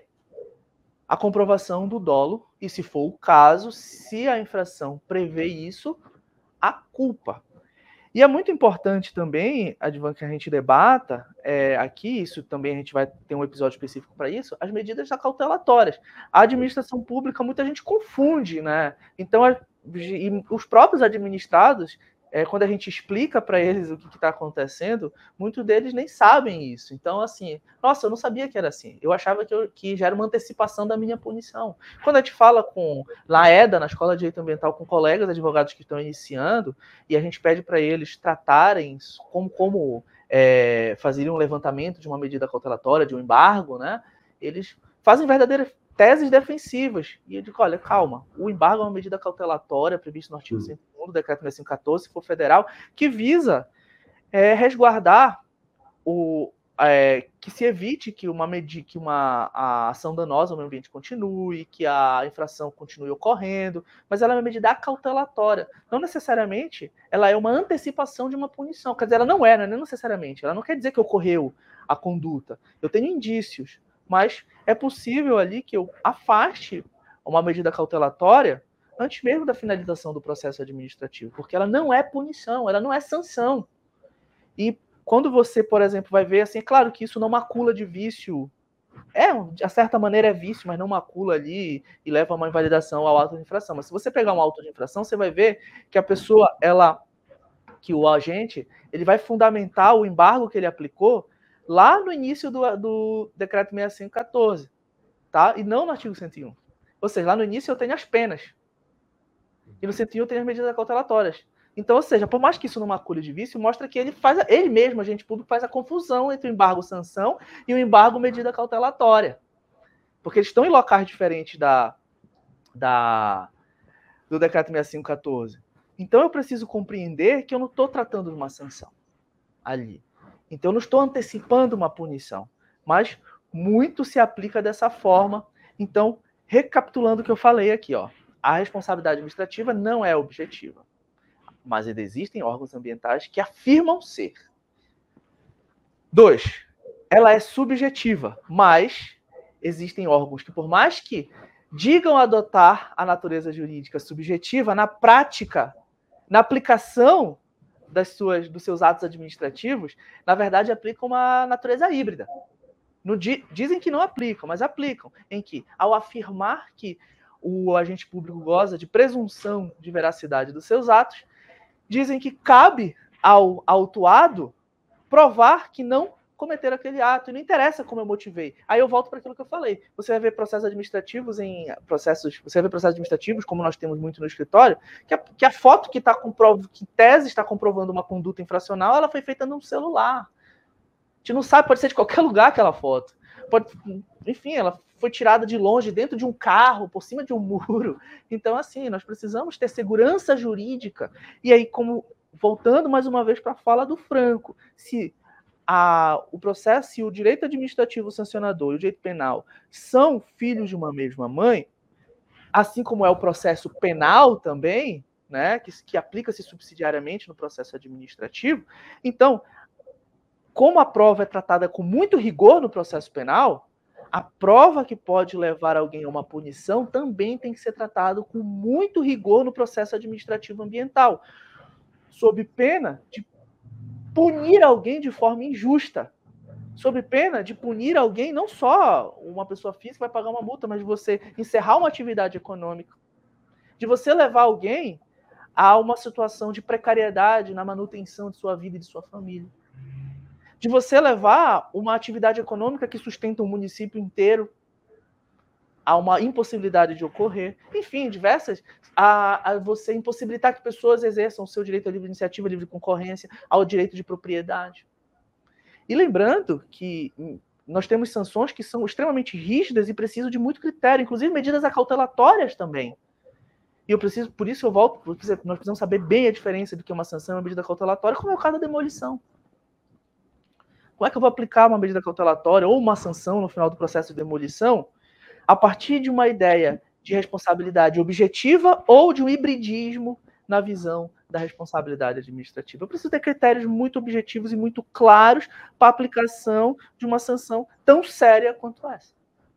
a comprovação do dolo, e se for o caso, se a infração prevê isso, a culpa. E é muito importante também, Advan, que a gente debata é, aqui, isso também a gente vai ter um episódio específico para isso, as medidas acautelatórias. A administração pública, muita gente confunde, né? Então, a, e os próprios administrados, é, quando a gente explica para eles o que está acontecendo, muitos deles nem sabem isso. Então, assim, nossa, eu não sabia que era assim. Eu achava que, eu, que já era uma antecipação da minha punição. Quando a gente fala com na EDA, na Escola de Direito Ambiental, com colegas advogados que estão iniciando, e a gente pede para eles tratarem como, como é, fazerem um levantamento de uma medida cautelatória, de um embargo, né? Eles fazem verdadeiras teses defensivas. E eu digo, olha, calma, o embargo é uma medida cautelatória prevista no artigo cento e um do decreto sessenta e cinco quatorze, se for federal, que visa é, resguardar o, é, que se evite que uma, medida, que uma a ação danosa no meio ambiente continue, que a infração continue ocorrendo, mas ela é uma medida cautelatória. Não necessariamente ela é uma antecipação de uma punição. Quer dizer, ela não é, não é necessariamente. Ela não quer dizer que ocorreu a conduta. Eu tenho indícios, mas é possível ali que eu afaste uma medida cautelatória antes mesmo da finalização do processo administrativo, porque ela não é punição, ela não é sanção. E quando você, por exemplo, vai ver, assim, é claro que isso não macula de vício, é, de certa maneira é vício, mas não macula ali e leva a uma invalidação ao auto de infração. Mas se você pegar um auto de infração, você vai ver que a pessoa, ela, que o agente, ele vai fundamentar o embargo que ele aplicou lá no início do, do decreto sessenta e cinco quatorze, tá? E não no artigo cento e um. Ou seja, lá no início eu tenho as penas. E no cento e um eu tenho as medidas cautelatórias. Então, ou seja, por mais que isso não macule de vício, mostra que ele faz, ele mesmo, agente público, faz a confusão entre o embargo sanção e o embargo medida cautelatória. Porque eles estão em locais diferentes da, da, do decreto sessenta e cinco quatorze. Então eu preciso compreender que eu não estou tratando de uma sanção ali. Então eu não estou antecipando uma punição. Mas muito se aplica dessa forma. Então, recapitulando o que eu falei aqui, ó, a responsabilidade administrativa não é objetiva, mas existem órgãos ambientais que afirmam ser. Dois, ela é subjetiva, mas existem órgãos que, por mais que digam adotar a natureza jurídica subjetiva, na prática, na aplicação das suas, dos seus atos administrativos, na verdade aplicam uma natureza híbrida. No, dizem que não aplicam, mas aplicam, em que, ao afirmar que o agente público goza de presunção de veracidade dos seus atos, dizem que cabe ao autuado provar que não cometeram aquele ato, e não interessa como eu motivei. Aí eu volto para aquilo que eu falei. Você vai ver processos administrativos em processos, você vai ver processos administrativos, como nós temos muito no escritório, que a, que a foto que está comprovando, que tese está comprovando uma conduta infracional, ela foi feita num celular. A gente não sabe, pode ser de qualquer lugar aquela foto. Pode, enfim, ela foi tirada de longe, dentro de um carro, por cima de um muro. Então, assim, nós precisamos ter segurança jurídica. E aí, como voltando mais uma vez para a fala do Franco, se a, o processo, se o direito administrativo sancionador e o direito penal são filhos de uma mesma mãe, assim como é o processo penal também, né, que, que aplica-se subsidiariamente no processo administrativo, então, como a prova é tratada com muito rigor no processo penal, a prova que pode levar alguém a uma punição também tem que ser tratado com muito rigor no processo administrativo ambiental, sob pena de punir alguém de forma injusta, sob pena de punir alguém, não só uma pessoa física vai pagar uma multa, mas de você encerrar uma atividade econômica, de você levar alguém a uma situação de precariedade na manutenção de sua vida e de sua família, de você levar uma atividade econômica que sustenta um município inteiro a uma impossibilidade de ocorrer, enfim, diversas, a, a você impossibilitar que pessoas exerçam o seu direito à livre iniciativa, à livre concorrência, ao direito de propriedade. E lembrando que nós temos sanções que são extremamente rígidas e precisam de muito critério, inclusive medidas acautelatórias também. E eu preciso, por isso eu volto, porque nós precisamos saber bem a diferença do que uma sanção e uma medida cautelatória, como é o caso da demolição. Como é que eu vou aplicar uma medida cautelatória ou uma sanção no final do processo de demolição a partir de uma ideia de responsabilidade objetiva ou de um hibridismo na visão da responsabilidade administrativa? Eu preciso ter critérios muito objetivos e muito claros para a aplicação de uma sanção tão séria quanto essa.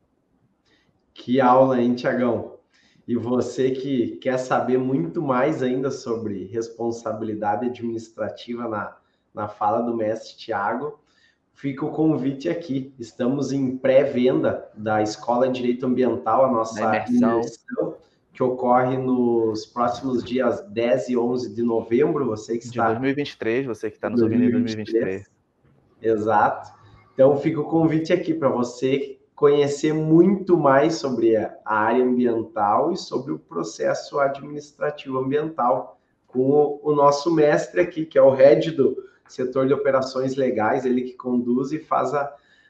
Que aula, hein, Tiagão? E você que quer saber muito mais ainda sobre responsabilidade administrativa na, na fala do mestre Tiago, fica o convite aqui. Estamos em pré-venda da Escola de Direito Ambiental, a nossa imersão. imersão, que ocorre nos próximos dias dez e onze de novembro. Você que está... De dois mil e vinte e três, você que está nos ouvindo em dois mil e vinte e três. Exato. Então, fica o convite aqui para você conhecer muito mais sobre a área ambiental e sobre o processo administrativo ambiental com o, o nosso mestre aqui, que é o head do setor de operações legais, ele que conduz e faz a,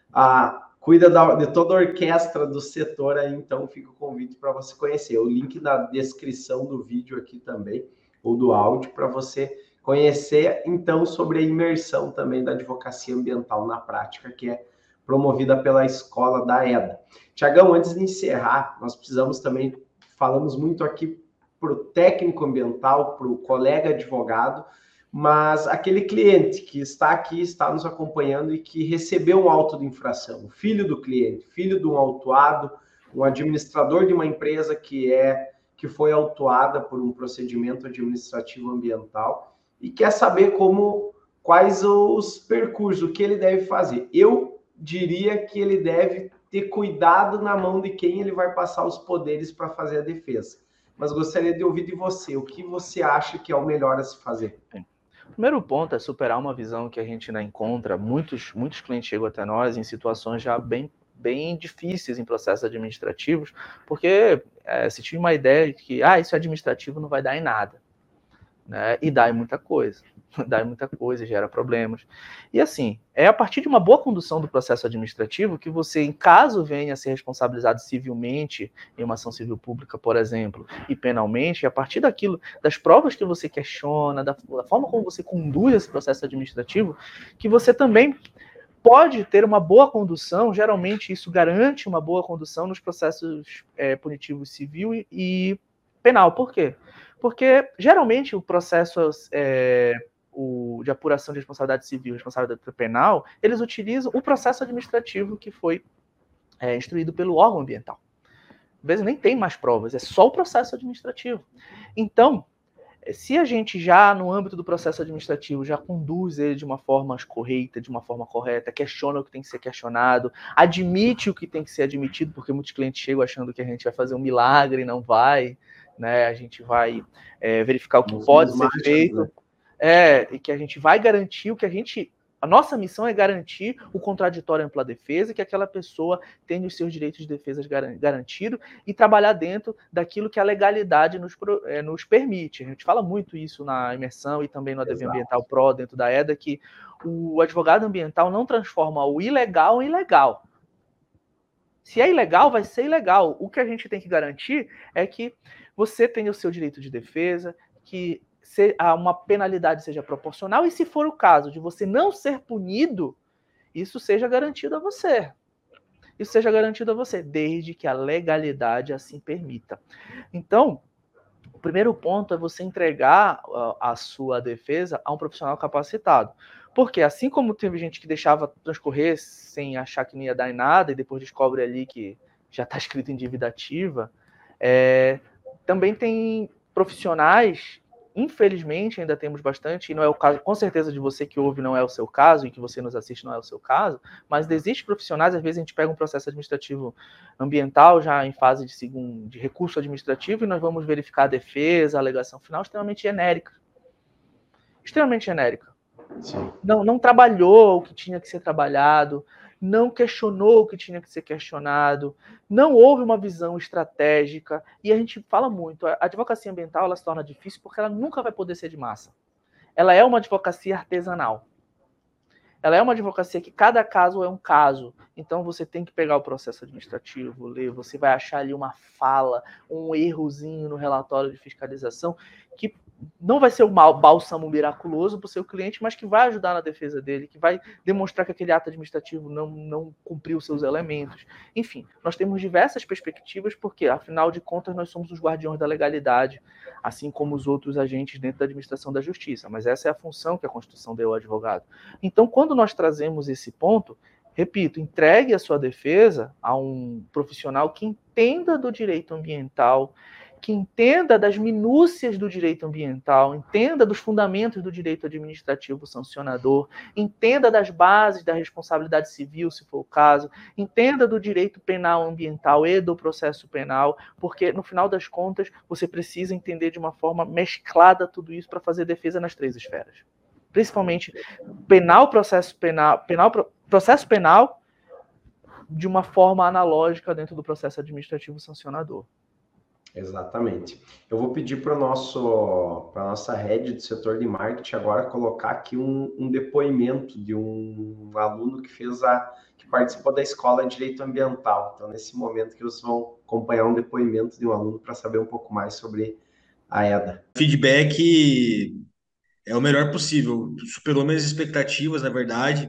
a cuida da, de toda a orquestra do setor aí, então fica o convite para você conhecer. O link na descrição do vídeo aqui também, ou do áudio, para você conhecer, então, sobre a imersão também da advocacia ambiental na prática, que é promovida pela escola da EDA. Tiagão, antes de encerrar, nós precisamos também, falamos muito aqui para o técnico ambiental, para o colega advogado, mas aquele cliente que está aqui, está nos acompanhando e que recebeu um auto de infração, filho do cliente, filho de um autuado, um administrador de uma empresa que, é, que foi autuada por um procedimento administrativo ambiental e quer saber como, quais os percursos, o que ele deve fazer. Eu diria que ele deve ter cuidado na mão de quem ele vai passar os poderes para fazer a defesa. Mas gostaria de ouvir de você, o que você acha que é o melhor a se fazer? O primeiro ponto é superar uma visão que a gente ainda encontra. Muitos, muitos clientes chegam até nós em situações já bem, bem difíceis em processos administrativos, porque é, se tinha uma ideia de que ah, isso é administrativo, não vai dar em nada. Né? E dá em muita coisa. Dá em muita coisa, gera problemas. E assim, é a partir de uma boa condução do processo administrativo que você, em caso venha a ser responsabilizado civilmente em uma ação civil pública, por exemplo, e penalmente, a partir daquilo, das provas que você questiona, da, da forma como você conduz esse processo administrativo, que você também pode ter uma boa condução. Geralmente isso garante uma boa condução nos processos é, punitivos civil e, e penal. Por quê? Porque geralmente o processo é, o, de apuração de responsabilidade civil e responsabilidade penal, eles utilizam o processo administrativo que foi é, instruído pelo órgão ambiental. Às vezes nem tem mais provas, é só o processo administrativo. Então, se a gente já, no âmbito do processo administrativo, já conduz ele de uma forma correta, de uma forma correta, questiona o que tem que ser questionado, admite o que tem que ser admitido, porque muitos clientes chegam achando que a gente vai fazer um milagre e não vai, né? A gente vai é, verificar o que Os pode ser feito, né? é, e que a gente vai garantir o que a gente... A nossa missão é garantir o contraditório à ampla defesa, que aquela pessoa tenha os seus direitos de defesa garantidos e trabalhar dentro daquilo que a legalidade nos, é, nos permite. A gente fala muito isso na imersão e também no A D V Ambiental Pro, dentro da EDA, que o advogado ambiental não transforma o ilegal em legal. Se é ilegal, vai ser ilegal. O que a gente tem que garantir é que você tenha o seu direito de defesa, que uma penalidade seja proporcional, e se for o caso de você não ser punido, isso seja garantido a você. Isso seja garantido a você, desde que a legalidade assim permita. Então, o primeiro ponto é você entregar a, a sua defesa a um profissional capacitado. Porque assim como teve gente que deixava transcorrer sem achar que não ia dar em nada, e depois descobre ali que já está escrito em dívida ativa, é, também tem profissionais infelizmente, ainda temos bastante, e não é o caso, com certeza, de você que ouve, não é o seu caso, e que você nos assiste não é o seu caso, mas existem profissionais, às vezes a gente pega um processo administrativo ambiental já em fase de, segundo, de recurso administrativo, e nós vamos verificar a defesa, a alegação final extremamente genérica. Extremamente genérica. Sim. Não, não trabalhou o que tinha que ser trabalhado, não questionou o que tinha que ser questionado, não houve uma visão estratégica, e a gente fala muito, a advocacia ambiental ela se torna difícil porque ela nunca vai poder ser de massa. Ela é uma advocacia artesanal. Ela é uma advocacia que cada caso é um caso, então você tem que pegar o processo administrativo, ler, você vai achar ali uma fala, um errozinho no relatório de fiscalização, que não vai ser o mal, bálsamo miraculoso para o seu cliente, mas que vai ajudar na defesa dele, que vai demonstrar que aquele ato administrativo não, não cumpriu seus elementos. Enfim, nós temos diversas perspectivas, porque, afinal de contas, nós somos os guardiões da legalidade, assim como os outros agentes dentro da administração da justiça, mas essa é a função que a Constituição deu ao advogado. Então, quando nós trazemos esse ponto, repito, entregue a sua defesa a um profissional que entenda do direito ambiental, que entenda das minúcias do direito ambiental, entenda dos fundamentos do direito administrativo sancionador, entenda das bases da responsabilidade civil, se for o caso, entenda do direito penal ambiental e do processo penal, porque, no final das contas, você precisa entender de uma forma mesclada tudo isso para fazer defesa nas três esferas. Principalmente penal, processo penal, penal, processo penal de uma forma analógica dentro do processo administrativo sancionador. Exatamente. Eu vou pedir para nosso para nossa rede do setor de marketing agora colocar aqui um, um depoimento de um aluno que fez a que participou da escola de direito ambiental. Então, nesse momento que vocês vão acompanhar um depoimento de um aluno para saber um pouco mais sobre a EDA. Feedback é o melhor possível. Superou minhas expectativas, na verdade.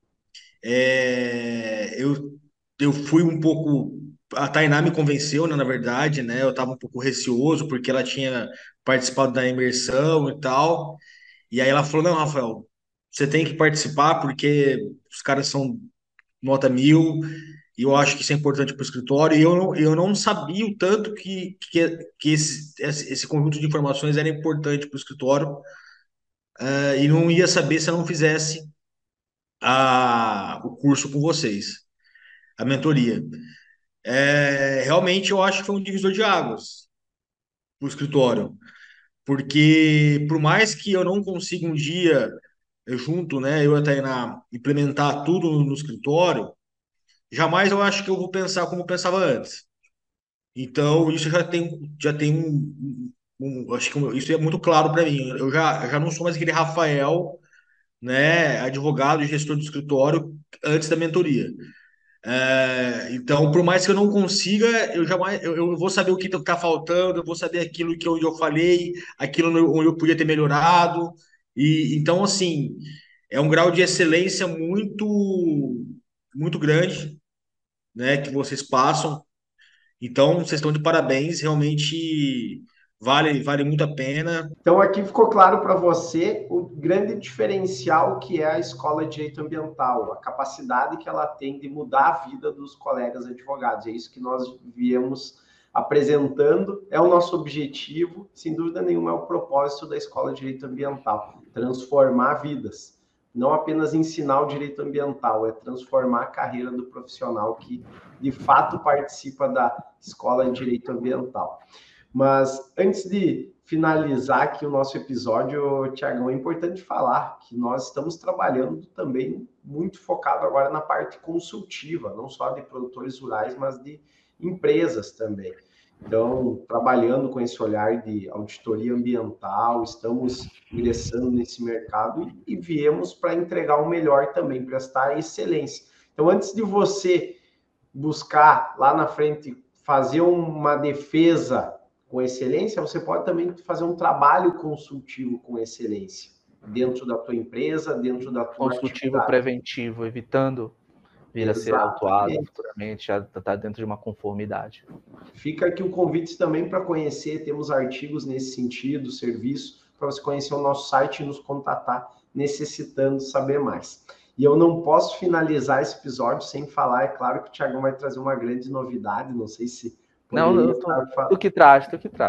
É, eu, eu fui um pouco... A Tainá me convenceu, né, na verdade, né? Eu estava um pouco receoso, porque ela tinha participado da imersão e tal. E aí ela falou, não, Rafael, você tem que participar, porque os caras são nota mil, e eu acho que isso é importante para o escritório. E eu não, eu não sabia o tanto que, que, que esse, esse conjunto de informações era importante para o escritório, uh, e não ia saber se eu não fizesse a, o curso com vocês, a mentoria. É, realmente eu acho que foi um divisor de águas para o escritório, porque por mais que eu não consiga um dia, eu junto, né, eu e a Tainá, implementar tudo no, no escritório, jamais eu acho que eu vou pensar como eu pensava antes. Então, isso já tem, já tem um, um- um- acho que isso é muito claro para mim. Eu já, já não sou mais aquele Rafael, né, advogado e gestor do escritório antes da mentoria. É, então, por mais que eu não consiga, eu jamais, eu, eu vou saber o que está faltando, eu vou saber aquilo que eu, eu falei, aquilo onde eu podia ter melhorado. E então, assim, é um grau de excelência muito, muito grande, né, que vocês passam. Então, vocês estão de parabéns, realmente vale, vale muito a pena. Então, aqui ficou claro para você o grande diferencial que é a Escola de Direito Ambiental, a capacidade que ela tem de mudar a vida dos colegas advogados. É isso que nós viemos apresentando, é o nosso objetivo, sem dúvida nenhuma, é o propósito da Escola de Direito Ambiental, transformar vidas. Não apenas ensinar o direito ambiental, é transformar a carreira do profissional que, de fato, participa da Escola de Direito Ambiental. Mas, antes de finalizar aqui o nosso episódio, Tiagão, é importante falar que nós estamos trabalhando também muito focado agora na parte consultiva, não só de produtores rurais, mas de empresas também. Então, trabalhando com esse olhar de auditoria ambiental, estamos ingressando nesse mercado e, e viemos para entregar o melhor também, prestar excelência. Então, antes de você buscar lá na frente fazer uma defesa com excelência, você pode também fazer um trabalho consultivo com excelência dentro da tua empresa, dentro da tua Consultivo atividade. preventivo, evitando vir a ser autuado Exatamente. futuramente, já está dentro de uma conformidade. Fica aqui o convite também para conhecer, temos artigos nesse sentido, serviço, para você conhecer o nosso site e nos contatar necessitando saber mais. E eu não posso finalizar esse episódio sem falar, é claro que o Thiagão vai trazer uma grande novidade, não sei se Não, eu tô, tu que traz, tu que traz. Tu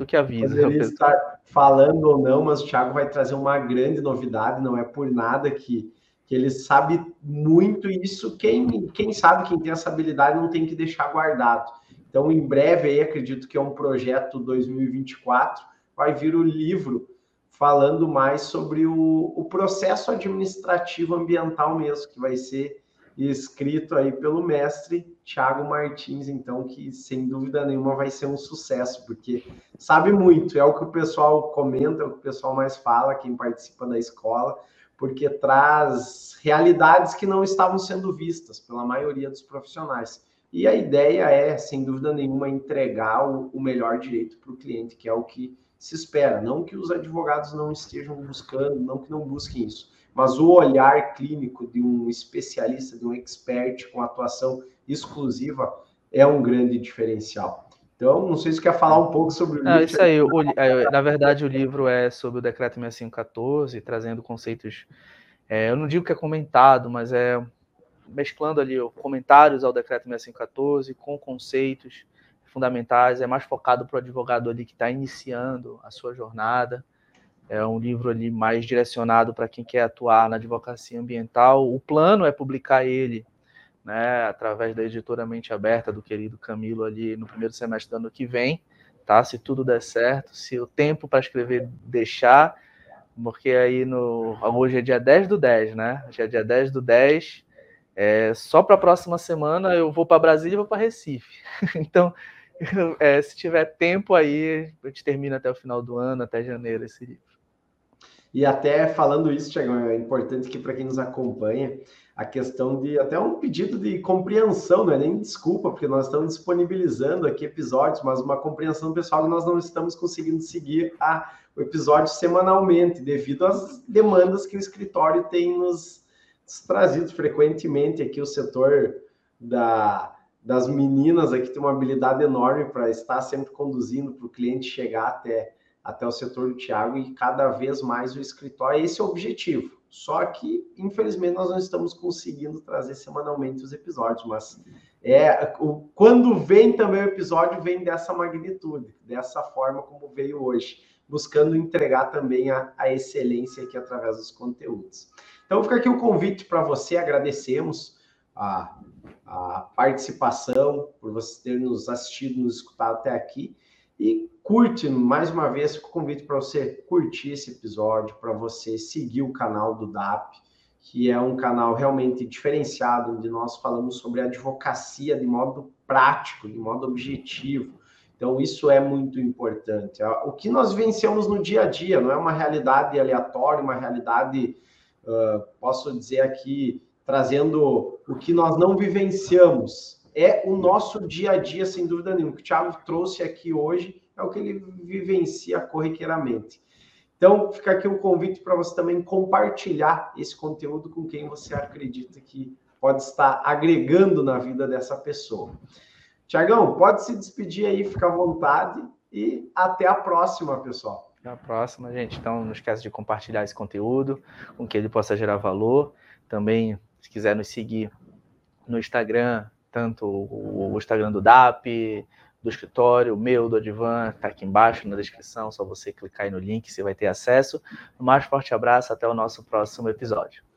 tu que avisa. Poderia estar falando ou não, mas o Thiago vai trazer uma grande novidade, não é por nada que, que ele sabe muito isso. Quem, quem sabe, quem tem essa habilidade não tem que deixar guardado. Então, em breve, aí, acredito que é um projeto dois mil e vinte e quatro, vai vir o livro falando mais sobre o, o processo administrativo ambiental mesmo, que vai ser escrito aí pelo mestre Thiago Martins, então, que sem dúvida nenhuma vai ser um sucesso, porque sabe muito, é o que o pessoal comenta, é o que o pessoal mais fala, quem participa da escola, porque traz realidades que não estavam sendo vistas pela maioria dos profissionais. E a ideia é, sem dúvida nenhuma, entregar o, o melhor direito para o cliente, que é o que se espera. Não que os advogados não estejam buscando, não que não busquem isso, mas o olhar clínico de um especialista, de um expert com atuação exclusiva é um grande diferencial. Então, não sei se você quer falar um pouco sobre o livro. É, isso aí, o, na verdade, o livro é sobre o Decreto sessenta e cinco quatorze, trazendo conceitos, é, eu não digo que é comentado, mas é mesclando ali comentários ao Decreto sessenta e cinco quatorze com conceitos fundamentais, é mais focado para o advogado ali que está iniciando a sua jornada. É um livro ali mais direcionado para quem quer atuar na advocacia ambiental. O plano é publicar ele, né, através da editora Mente Aberta, do querido Camilo, ali no primeiro semestre do ano que vem, tá? Se tudo der certo, se o tempo para escrever deixar, porque aí no, hoje é dia dez do dez, né? Hoje é dia dez do dez, é, só para a próxima semana eu vou para Brasília e vou para Recife. Então, é, se tiver tempo aí, a gente termina até o final do ano, até janeiro, esse livro. E até falando isso, Thiago, é importante que para quem nos acompanha, a questão de até um pedido de compreensão, não é nem desculpa, porque nós estamos disponibilizando aqui episódios, mas uma compreensão pessoal que nós não estamos conseguindo seguir a, o episódio semanalmente, devido às demandas que o escritório tem nos, nos trazido frequentemente aqui. O setor da, das meninas aqui tem uma habilidade enorme para estar sempre conduzindo para o cliente chegar até até o setor do Thiago, e cada vez mais o escritório, esse é o objetivo. Só que, infelizmente, nós não estamos conseguindo trazer semanalmente os episódios, mas é, o, quando vem também o episódio, vem dessa magnitude, dessa forma como veio hoje, buscando entregar também a, a excelência aqui através dos conteúdos. Então, fica aqui o convite para você, agradecemos a, a participação, por você ter nos assistido, nos escutado até aqui. E curte, mais uma vez, o convite para você curtir esse episódio, para você seguir o canal do D A P, que é um canal realmente diferenciado, onde nós falamos sobre advocacia de modo prático, de modo objetivo. Então, isso é muito importante. O que nós vivenciamos no dia a dia, não é uma realidade aleatória, uma realidade, uh, posso dizer aqui, trazendo o que nós não vivenciamos. É o nosso dia a dia, sem dúvida nenhuma. O que o Thiago trouxe aqui hoje é o que ele vivencia corriqueiramente. Então, fica aqui um convite para você também compartilhar esse conteúdo com quem você acredita que pode estar agregando na vida dessa pessoa. Thiagão, pode se despedir aí, fica à vontade, e até a próxima, pessoal. Até a próxima, gente. Então, não esquece de compartilhar esse conteúdo, com que ele possa gerar valor. Também, se quiser nos seguir no Instagram, tanto o Instagram do D A P, do escritório, o meu, do Advan, está aqui embaixo na descrição, só você clicar aí no link, você vai ter acesso. Um mais forte abraço, até o nosso próximo episódio.